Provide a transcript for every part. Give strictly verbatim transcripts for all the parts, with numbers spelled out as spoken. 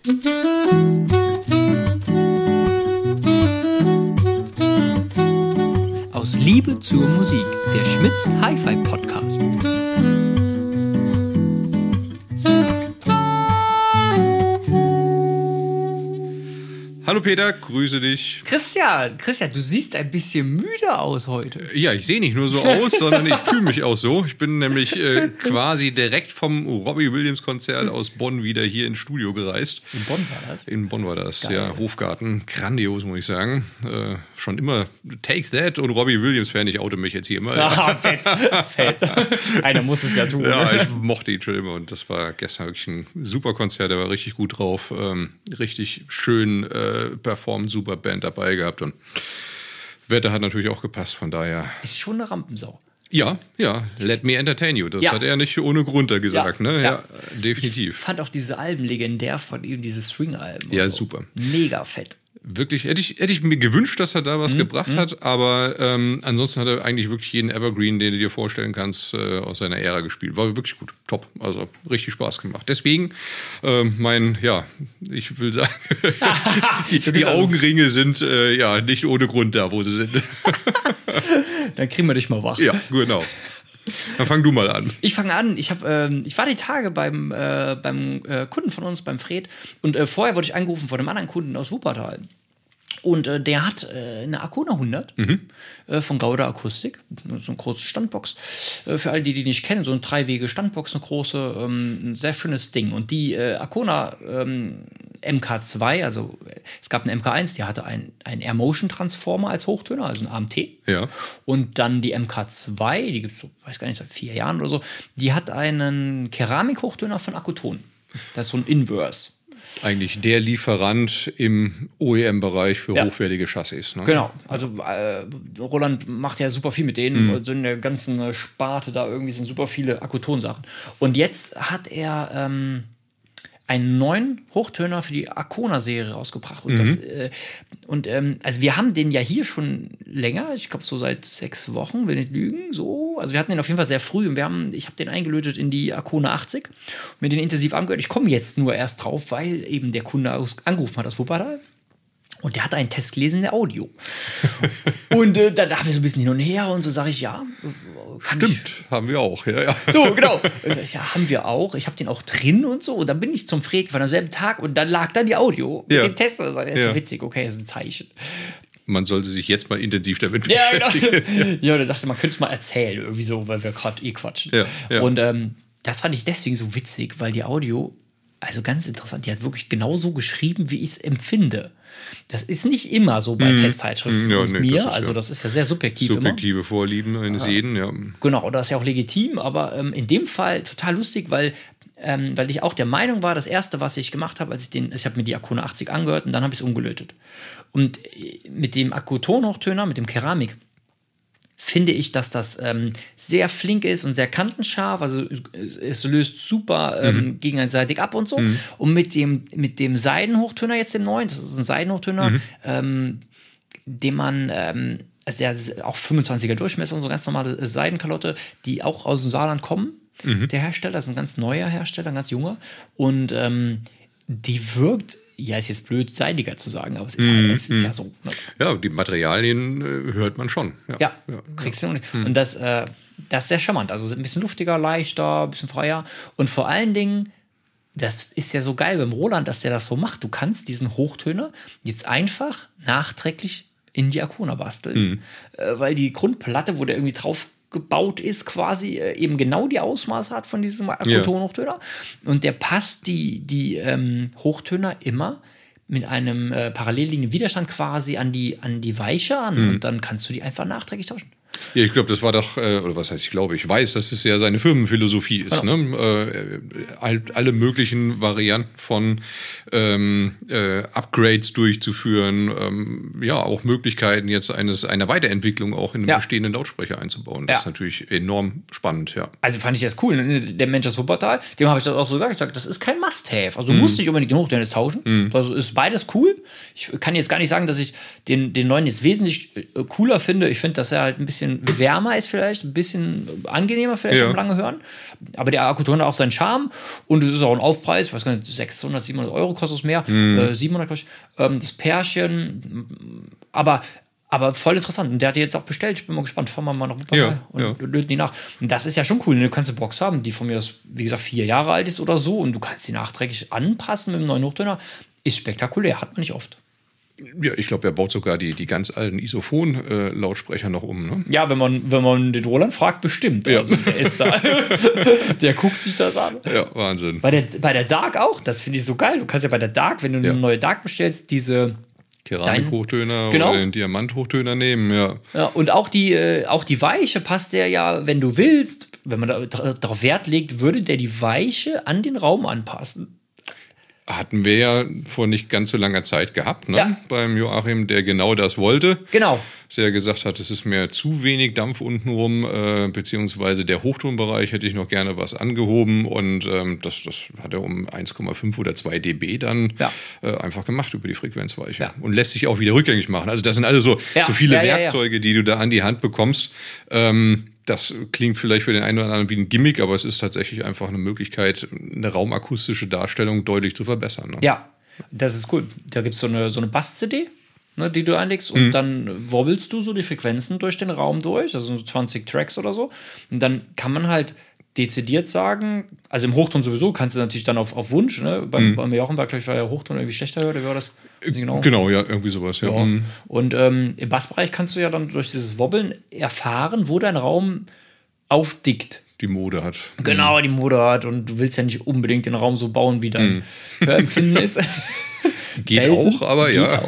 Aus Liebe zur Musik, der Schmitz Hi-Fi Podcast. Hallo Peter, grüße dich. Christian, Christian, du siehst ein bisschen müde aus heute. Ja, ich sehe nicht nur so aus, sondern ich fühle mich auch so. Ich bin nämlich äh, quasi direkt vom Robbie Williams Konzert aus Bonn wieder hier ins Studio gereist. In Bonn war das? In Bonn war das, Geil. ja. Hofgarten, grandios, muss ich sagen. Äh, schon immer Take That und Robbie Williams Fan, ich oute mich jetzt hier immer. Ah, fett, fett. Einer muss es ja tun. Ja, ich mochte ihn schon immer und das war gestern wirklich ein super Konzert, der war richtig gut drauf, ähm, richtig schön äh, performt, super Band dabei gehabt und Wetter hat natürlich auch gepasst, von daher. Ist schon eine Rampensau. Ja, ja, let me entertain you, das Ja. hat er nicht ohne Grund da gesagt, Ja, ne? Ja, ja. definitiv. Ich fand auch diese Alben legendär von ihm, diese Swing-Alben. Ja, und so. super. Mega fett. Wirklich, hätte ich, hätte ich mir gewünscht, dass er da was Mhm. gebracht hat, aber ähm, ansonsten hat er eigentlich wirklich jeden Evergreen, den du dir vorstellen kannst, äh, aus seiner Ära gespielt. War wirklich gut, top, also richtig Spaß gemacht. Deswegen, ähm, mein, ja, ich will sagen, die, Du die bist also- Augenringe sind äh, ja nicht ohne Grund da, wo sie sind. Dann kriegen wir dich mal wach. Ja, genau. Dann fang du mal an. Ich fange an. Ich, hab, ähm, ich war die Tage beim, äh, beim äh, Kunden von uns, beim Fred. Und äh, vorher wurde ich angerufen von einem anderen Kunden aus Wuppertal. Und äh, der hat äh, eine Arcona hundert äh, von Gauda Akustik. So eine große Standbox. Äh, für alle, die die nicht kennen, so eine dreiwege Standbox, eine große, ähm, ein sehr schönes Ding. Und die äh, Arcona ähm, M K zwei, also es gab eine M K eins, die hatte einen Air Motion Transformer als Hochtöner, also ein A M T. Ja. Und dann die M K zwei, die gibt es, so, weiß gar nicht, seit vier Jahren oder so, die hat einen Keramik-Hochtöner von Akuton. Das ist so ein Inverse. Eigentlich der Lieferant im O E M-Bereich für Ja. hochwertige Chassis. Ne? Genau, also äh, Roland macht ja super viel mit denen, mhm. so in der ganzen äh, Sparte da irgendwie sind super viele Akuton-Sachen. Und jetzt hat er ähm, einen neuen Hochtöner für die Arcona-Serie rausgebracht. Und, Mhm. das, äh, und ähm, also wir haben den ja hier schon länger, ich glaube so seit sechs Wochen, will nicht lügen, so. Also wir hatten den auf jeden Fall sehr früh und wir haben, ich habe den eingelötet in die Arcona achtzig und mir den intensiv angehört. Ich komme jetzt nur erst drauf, weil eben der Kunde aus, angerufen hat aus Wuppertal. Und der hat einen Test gelesen in der Audio. Und äh, da darf ich so ein bisschen hin und her und so sage ich, ja. kann Stimmt, ich. haben wir auch. Ja, ja. So, genau. Und sag ich, ja, haben wir auch. Ich habe den auch drin und so. Und dann bin ich zum Fred gefahren am selben Tag und dann lag dann die Audio Ja. mit dem Test. Und das ist Ja. so witzig, okay, das ist ein Zeichen. Man sollte sich jetzt mal intensiv damit Ja, genau. beschäftigen. Ja, da dachte man, könnte es mal erzählen, irgendwie so, weil wir gerade eh quatschen. Ja, ja. Und ähm, das fand ich deswegen so witzig, weil die Audio, also ganz interessant, die hat wirklich genauso geschrieben, wie ich es empfinde. Das ist nicht immer so bei Testzeitschriften Ja, und nee, mir. das ist also ja das ist ja sehr subjektiv immer. Subjektive Vorlieben eines jeden, ja. Genau, das ist ja auch legitim, aber ähm, in dem Fall total lustig, weil, ähm, weil ich auch der Meinung war, das erste, was ich gemacht habe, als ich den, ich habe mir die Arcona achtzig angehört und dann habe ich es umgelötet. Und äh, mit dem Akuton-Hochtöner, mit dem Keramik, finde ich, dass das ähm, sehr flink ist und sehr kantenscharf. Also es, es löst super ähm, Mhm. gegenseitig ab und so. Mhm. Und mit dem, mit dem Seidenhochtöner jetzt, dem neuen, das ist ein Seidenhochtöner, Mhm. ähm, den man, ähm, also der ist auch fünfundzwanziger Durchmesser und so ganz normale Seidenkalotte, die auch aus dem Saarland kommen. Mhm. Der Hersteller, das ist ein ganz neuer Hersteller, ein ganz junger. Und ähm, die wirkt, ja, ist jetzt blöd, seidiger zu sagen, aber es ist, halt, es ist ja so. Ne? Ja, die Materialien äh, hört man schon. Ja, Ja, ja. kriegst du noch nicht. Und das, äh, das ist sehr charmant. Also ein bisschen luftiger, leichter, ein bisschen freier. Und vor allen Dingen, das ist ja so geil beim Roland, dass der das so macht. Du kannst diesen Hochtöner jetzt einfach nachträglich in die Arcona basteln. Mhm. Äh, weil die Grundplatte, wo der irgendwie drauf gebaut ist, quasi äh, eben genau die Ausmaße hat von diesem Akuton-Hochtöner. Und der passt die, die ähm, Hochtöner immer mit einem äh, parallel liegenden Widerstand quasi an die, an die Weiche an. Mhm. Und dann kannst du die einfach nachträglich tauschen. Ja, ich glaube, das war doch, äh, oder was heißt ich glaube, ich weiß, dass es ja seine Firmenphilosophie ist. Ja. Ne? Äh, all, alle möglichen Varianten von ähm, äh, Upgrades durchzuführen, ähm, ja, auch Möglichkeiten jetzt eines einer Weiterentwicklung auch in einen Ja. bestehenden Lautsprecher einzubauen. Das Ja. ist natürlich enorm spannend, ja. Also fand ich das cool. Ne? Der Mensch aus Wuppertal, dem habe ich das auch so gesagt. Ich sage, das ist kein Must-Have. Also du musst nicht unbedingt den Hochtöner tauschen. Mhm. Also ist beides cool. Ich kann jetzt gar nicht sagen, dass ich den, den neuen jetzt wesentlich äh, cooler finde. Ich finde, dass er halt ein bisschen bisschen wärmer ist vielleicht, ein bisschen angenehmer vielleicht Ja. am lange hören. Aber der Akku hat auch seinen Charme und es ist auch ein Aufpreis, ich weiß gar nicht, sechshundert, siebenhundert Euro kostet es mehr, Mhm. äh, siebenhundert, glaube ich. Ähm, das Pärchen, aber Aber voll interessant. Und der hat die jetzt auch bestellt. Ich bin mal gespannt. Fahren wir mal nach Wuppertal Ja, und ja. löten die nach. Und das ist ja schon cool. Du kannst eine Box haben, die von mir aus, wie gesagt, vier Jahre alt ist oder so. Und du kannst die nachträglich anpassen mit einem neuen Hochtöner. Ist spektakulär. Hat man nicht oft. Ja, ich glaube, er baut sogar die, die ganz alten Isophon-Lautsprecher noch um. Ne? Ja, wenn man, wenn man den Roland fragt, bestimmt. Ja. Also der ist da. Der guckt sich das an. Ja, Wahnsinn. Bei der, bei der Dark auch. Das finde ich so geil. Du kannst ja bei der Dark, wenn du Ja. eine neue Dark bestellst, diese... Keramikhochtöner Genau. oder den Diamanthochtöner nehmen, ja. Ja, und auch die, äh, auch die Weiche passt der ja, wenn du willst, wenn man da, dra- darauf Wert legt, würde der die Weiche an den Raum anpassen. Hatten wir ja vor nicht ganz so langer Zeit gehabt, ne? Ja. Beim Joachim, der genau das wollte. Genau. Der gesagt hat, es ist mir zu wenig Dampf untenrum, äh, beziehungsweise der Hochtonbereich hätte ich noch gerne was angehoben und ähm, das, das hat er um eins Komma fünf oder zwei dB dann Ja. äh, einfach gemacht über die Frequenzweiche. Ja. Und lässt sich auch wieder rückgängig machen. Also das sind alle so, Ja. so viele Ja, ja, ja. Werkzeuge, die du da an die Hand bekommst. Ähm, das klingt vielleicht für den einen oder anderen wie ein Gimmick, aber es ist tatsächlich einfach eine Möglichkeit, eine raumakustische Darstellung deutlich zu verbessern. Ne? Ja, das ist cool. Da gibt es so eine, so eine Bass-C D, ne, die du einlegst und dann wobbelst du so die Frequenzen durch den Raum durch, also so zwanzig Tracks oder so. Und dann kann man halt dezidiert sagen, also im Hochton sowieso, kannst du natürlich dann auf, auf Wunsch, ne? Beim, beim Jochen war, glaube ich, war der Hochton irgendwie schlechter höher, oder wie war das? Weiß nicht Genau. Genau, ja, irgendwie sowas. Ja. Ja. Mhm. Und ähm, im Bassbereich kannst du ja dann durch dieses Wobbeln erfahren, wo dein Raum aufdickt. Die Mode hat. Genau, die Mode hat und du willst ja nicht unbedingt den Raum so bauen, wie dein Hörempfinden ist. Geht Selten. auch, aber Geht ja. auch.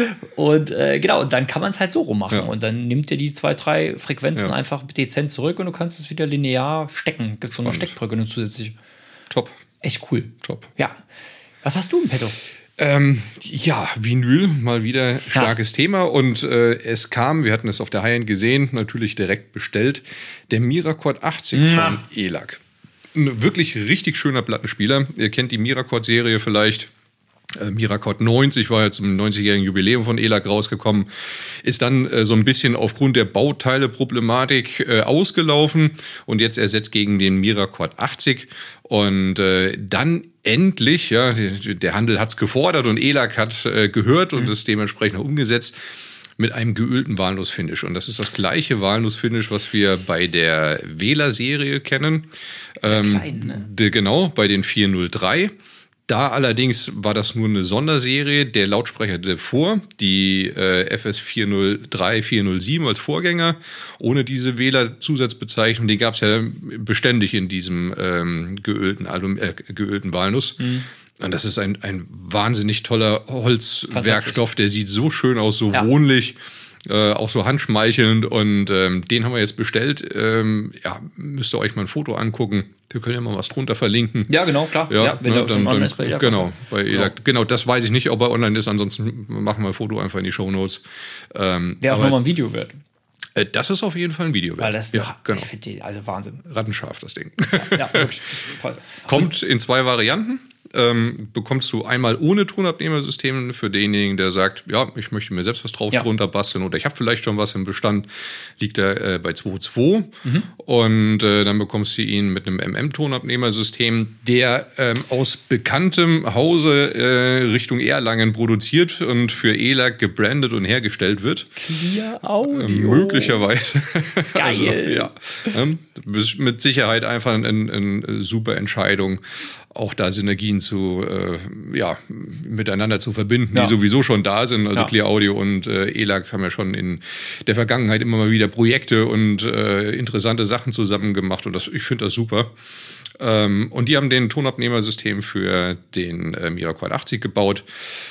Und äh, genau, und dann kann man es halt so rummachen. Ja. Und dann nimmt dir die zwei, drei Frequenzen Ja. einfach dezent zurück und du kannst es wieder linear stecken. Gibt so eine Spannend. Steckbrücke, eine zusätzliche. Top, Echt cool. top. Ja. Was hast du im Petto? Ähm, ja, Vinyl, mal wieder starkes Thema. Und äh, es kam, wir hatten es auf der High-End gesehen, natürlich direkt bestellt, der Miracord achtzig Na. von E L A C. Ein wirklich richtig schöner Plattenspieler. Ihr kennt die Miracord-Serie vielleicht. Äh, Miracord neunzig war ja zum neunzigjährigen Jubiläum von E L A C rausgekommen, ist dann äh, so ein bisschen aufgrund der Bauteileproblematik äh, ausgelaufen und jetzt ersetzt gegen den Miracord achtzig. Und äh, dann endlich, ja, der, der Handel hat's gefordert und E L A C hat äh, gehört und es dementsprechend auch umgesetzt mit einem geölten Walnussfinish. Und das ist das gleiche Walnussfinish, was wir bei der Wähler-Serie kennen. Ähm, kleinen, ne? de, genau, bei den vier null drei. Da allerdings war das nur eine Sonderserie. Der Lautsprecher davor, die äh, F S vier null drei, vier null sieben als Vorgänger, ohne diese Wähler-Zusatzbezeichnung, die gab es ja beständig in diesem ähm, geölten, Alum, äh, geölten Walnuss. Mhm. Und das ist ein, ein wahnsinnig toller Holzwerkstoff. Der sieht so schön aus, so Ja. wohnlich. Äh, auch so handschmeichelnd und ähm, den haben wir jetzt bestellt. Ähm, ja, müsst ihr euch mal ein Foto angucken. Wir können ja mal was drunter verlinken. Ja, genau, klar. Ja, wenn der schon online ist bei E L A C. Genau, bei E L A C. Genau. Genau, das weiß ich nicht, ob er online ist. Ansonsten machen wir ein Foto einfach in die Shownotes. Ähm, Wäre auch aber, nochmal ein Video wert. äh, das ist auf jeden Fall ein Video wert. Weil das ja, genau. ich finde die, also Wahnsinn. Rattenscharf, das Ding. Ja, wirklich. Toll. Kommt in zwei Varianten. Ähm, bekommst du einmal ohne Tonabnehmersystem für denjenigen, der sagt, ja, ich möchte mir selbst was drauf Ja. drunter basteln oder ich habe vielleicht schon was im Bestand, liegt er äh, bei zwei Komma zwei. Mhm. Und äh, dann bekommst du ihn mit einem M M-Tonabnehmersystem, der ähm, aus bekanntem Hause äh, Richtung Erlangen produziert und für E L A C gebrandet und hergestellt wird. Clear Audio. Äh, möglicherweise. Geil. Also, ja. Ähm, mit Sicherheit einfach eine ein, ein super Entscheidung, auch da Synergien zu, äh, ja, miteinander zu verbinden, Ja. die sowieso schon da sind. Also Ja. Clear Audio und äh, E L A C haben ja schon in der Vergangenheit immer mal wieder Projekte und äh, interessante Sachen zusammen gemacht und das, ich finde das super. Ähm, und die haben den Tonabnehmersystem für den äh, Miracord achtzig gebaut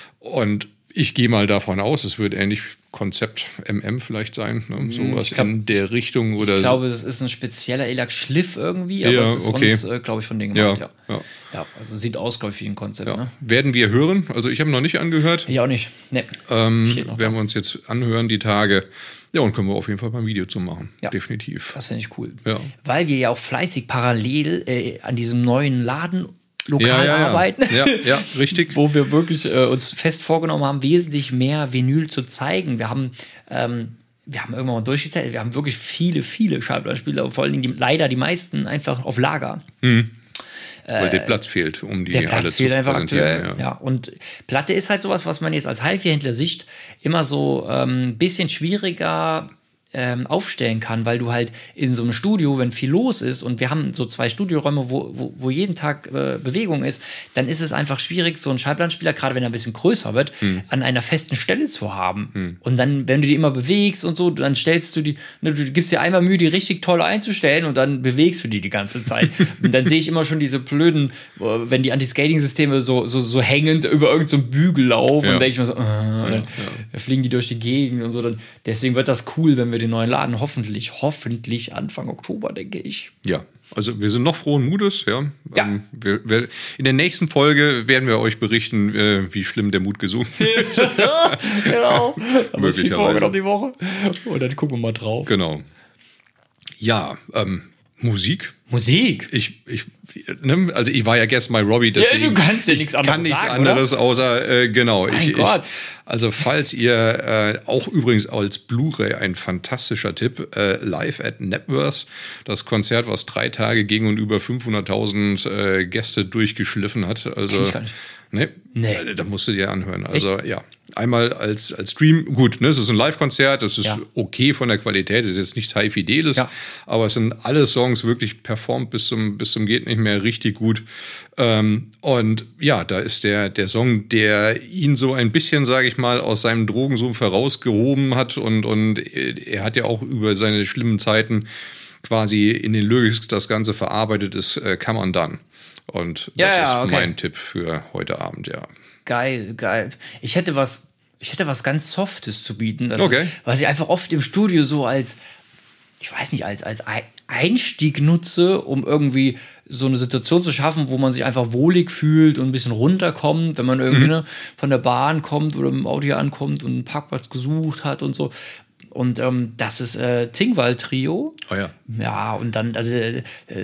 und ich gehe mal davon aus, es wird ähnlich Konzept M M vielleicht sein, ne? Sowas ich glaub, in der Richtung oder Ich glaube, das ist ein spezieller E L A C-Schliff irgendwie, aber Ja, es ist okay. sonst, äh, glaube ich, von denen Ja, gemacht, ja. ja. Ja, also sieht aus, glaube ich, wie ein Konzept, Ja. ne? Werden wir hören. Also ich habe noch nicht angehört. Ich auch nicht. Nee. Ähm, Steht noch werden wir uns jetzt anhören die Tage. Ja, und können wir auf jeden Fall mal ein Video zu machen. Ja. Definitiv. Das finde ich cool. Ja. Weil wir ja auch fleißig parallel äh, an diesem neuen Laden lokal Ja, ja, ja. arbeiten. Ja, ja, richtig. Wo wir wirklich äh, uns fest vorgenommen haben, wesentlich mehr Vinyl zu zeigen. Wir haben ähm, wir haben irgendwann mal durchgezählt, wir haben wirklich viele, viele Schallplattenspieler, vor allen Dingen die, leider die meisten einfach auf Lager. Mhm. Weil der Platz fehlt, um die der Platz alle fehlt zu einfach präsentieren. aktuell. Ja. ja, und Platte ist halt sowas, was man jetzt als Hi-Fi-Händler Sicht immer so ein ähm, bisschen schwieriger ähm, aufstellen kann, weil du halt in so einem Studio, wenn viel los ist und wir haben so zwei Studioräume, wo, wo, wo jeden Tag äh, Bewegung ist, dann ist es einfach schwierig, so einen Schallplattenspieler, gerade wenn er ein bisschen größer wird, hm. an einer festen Stelle zu haben. Hm. Und dann, wenn du die immer bewegst und so, dann stellst du die, ne, du gibst dir einmal Mühe, die richtig toll einzustellen und dann bewegst du die die ganze Zeit. Und dann sehe ich immer schon diese blöden, wenn die Anti-Skating-Systeme so, so, so hängend über irgendein so Bügel laufen, ja. und denke ich mir so, äh, ja, dann ja. fliegen die durch die Gegend und so. Dann, deswegen wird das cool, wenn wir den neuen Laden hoffentlich, hoffentlich Anfang Oktober, denke ich. Ja, also wir sind noch frohen Mutes, ja. ja. Ähm, wir, wir, in der nächsten Folge werden wir euch berichten, äh, wie schlimm der Mut gesunken ist. Genau. Aber viel Folge noch die Woche. Und dann gucken wir mal drauf. Genau. Ja, ähm, Musik. Musik? Ich, ich, ne, also ich war ja Guess My Robbie, deswegen ja, du kannst ja nichts anderes kann nichts sagen, anderes oder? außer, äh, genau. Mein ich, Gott. Ich, also falls ihr, äh, auch übrigens als Blu-ray ein fantastischer Tipp, äh, Live at Knebworth, das Konzert, was drei Tage ging und über fünfhunderttausend äh, Gäste durchgeschliffen hat. Also, Kenn ich gar nicht. Nee, nee. Äh, da musst du dir anhören. Also Echt? ja. Einmal als, als Stream, gut, ne, es ist ein Live-Konzert, das ist ja. okay von der Qualität, es ist jetzt nichts High-Fideles, ja. aber es sind alle Songs wirklich performt bis zum, bis zum geht nicht mehr richtig gut. Ähm, und ja, da ist der, der Song, der ihn so ein bisschen, sage ich mal, aus seinem Drogensumpf herausgehoben hat und, und er hat ja auch über seine schlimmen Zeiten quasi in den Lyrics das Ganze verarbeitet, ist äh, Come On Done. Und das ja, ist okay. mein Tipp für heute Abend, ja. Geil, geil. Ich hätte was, ich hätte was ganz Softes zu bieten, das okay. ist, was ich einfach oft im Studio so als, ich weiß nicht, als, als Einstieg nutze, um irgendwie so eine Situation zu schaffen, wo man sich einfach wohlig fühlt und ein bisschen runterkommt, wenn man irgendwie mhm. ne, von der Bahn kommt oder mit dem Auto hier ankommt und einen Parkplatz gesucht hat und so. Und ähm, das ist äh, Tingwall Trio. Oh ja. Ja, und dann, also äh,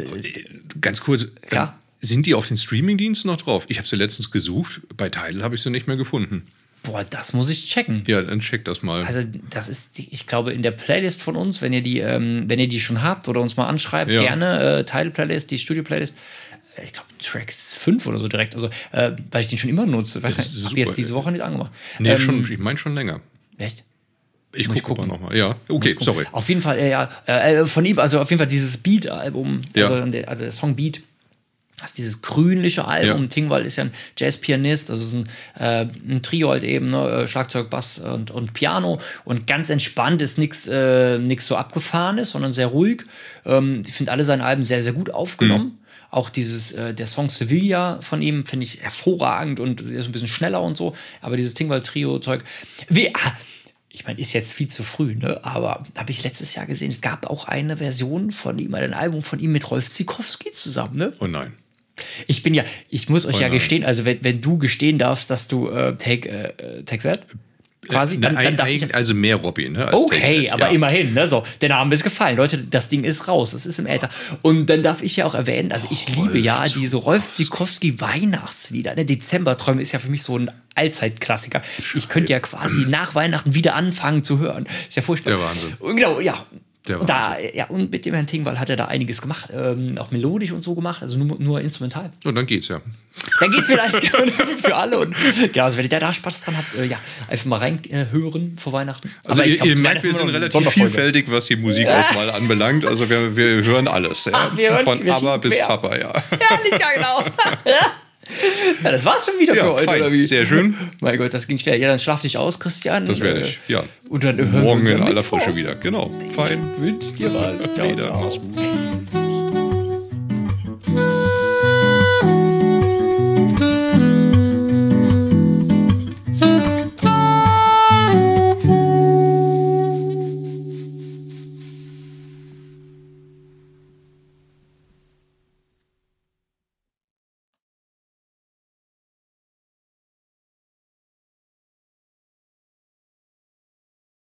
ganz kurz, ja. Sind die auf den Streamingdiensten noch drauf? Ich habe sie letztens gesucht. Bei Tidal habe ich sie nicht mehr gefunden. Boah, das muss ich checken. Ja, dann check das mal. Also das ist, die, ich glaube, in der Playlist von uns, wenn ihr die, ähm, wenn ihr die schon habt oder uns mal anschreibt, ja. gerne äh, Tidal-Playlist, die Studio-Playlist. Ich glaube, Tracks fünf oder so direkt. Also, äh, weil ich den schon immer nutze. Ich habe die jetzt diese Woche nicht angemacht. Nee, ähm, schon, ich meine schon länger. Echt? Ich gucke guck noch mal. Ja, okay, sorry. Auf jeden Fall, äh, ja, äh, von ihm, also auf jeden Fall dieses Beat-Album, ja. also, der, also der Song Beat. Das ist dieses grünliche Album. Ja. Tingwall ist ja ein Jazzpianist, also so ein, äh, ein Trio halt eben, ne? Schlagzeug, Bass und, und Piano. Und ganz entspannt ist nichts äh, nix so abgefahrenes, sondern sehr ruhig. Ähm, ich finde alle seine Alben sehr, sehr gut aufgenommen. Mhm. Auch dieses, äh, der Song Sevilla von ihm finde ich hervorragend und ist ein bisschen schneller und so. Aber dieses Tingwall-Trio-Zeug. Wie, ah, ich meine, ist jetzt viel zu früh, ne? Aber habe ich letztes Jahr gesehen, es gab auch eine Version von ihm, ein Album von ihm mit Rolf Zukowski zusammen, ne? Oh nein. Ich bin ja, ich muss euch oh ja nein. gestehen, also wenn, wenn du gestehen darfst, dass du äh, Take, äh, take That quasi, dann, dann darf ich, also mehr Robin, ne? Als okay, Take aber ja. immerhin, ne? So, der Name ist gefallen, Leute, das Ding ist raus, das ist im Äther. Und dann darf ich ja auch erwähnen, also ich oh, liebe Rolf ja diese Rolf Zukowski Weihnachtslieder. Ne? Dezemberträume ist ja für mich so ein Allzeitklassiker. Ich könnte ja quasi nach Weihnachten wieder anfangen zu hören. Ist ja furchtbar. Der Wahnsinn. Und genau, ja. Und, da, ja, und mit dem Herrn Tingwall hat er da einiges gemacht, ähm, auch melodisch und so gemacht, also nur, nur instrumental. Und dann geht's ja. Dann geht's vielleicht für alle. Und ja, also wenn ihr da Spaß dran habt, äh, ja, einfach mal reinhören äh, vor Weihnachten. Also Aber ihr, glaub, ihr merkt, wir sind relativ vielfältig, was die Musikauswahl anbelangt. Also wir, wir hören alles. Ja? Ach, wir hören, von wir ABBA bis quer. Zappa, ja. Ja, ja, genau. Ja, das war's schon wieder ja, für heute, fein. oder wie? Sehr schön. Mein Gott, das ging schnell. Ja, dann schlaf dich aus, Christian. Das werde ich, ja. Und dann hören Morgen wir uns in ja aller Frische wieder. Genau. Fein. Ich wünsche dir was. Ciao, Später. ciao. Mach's gut.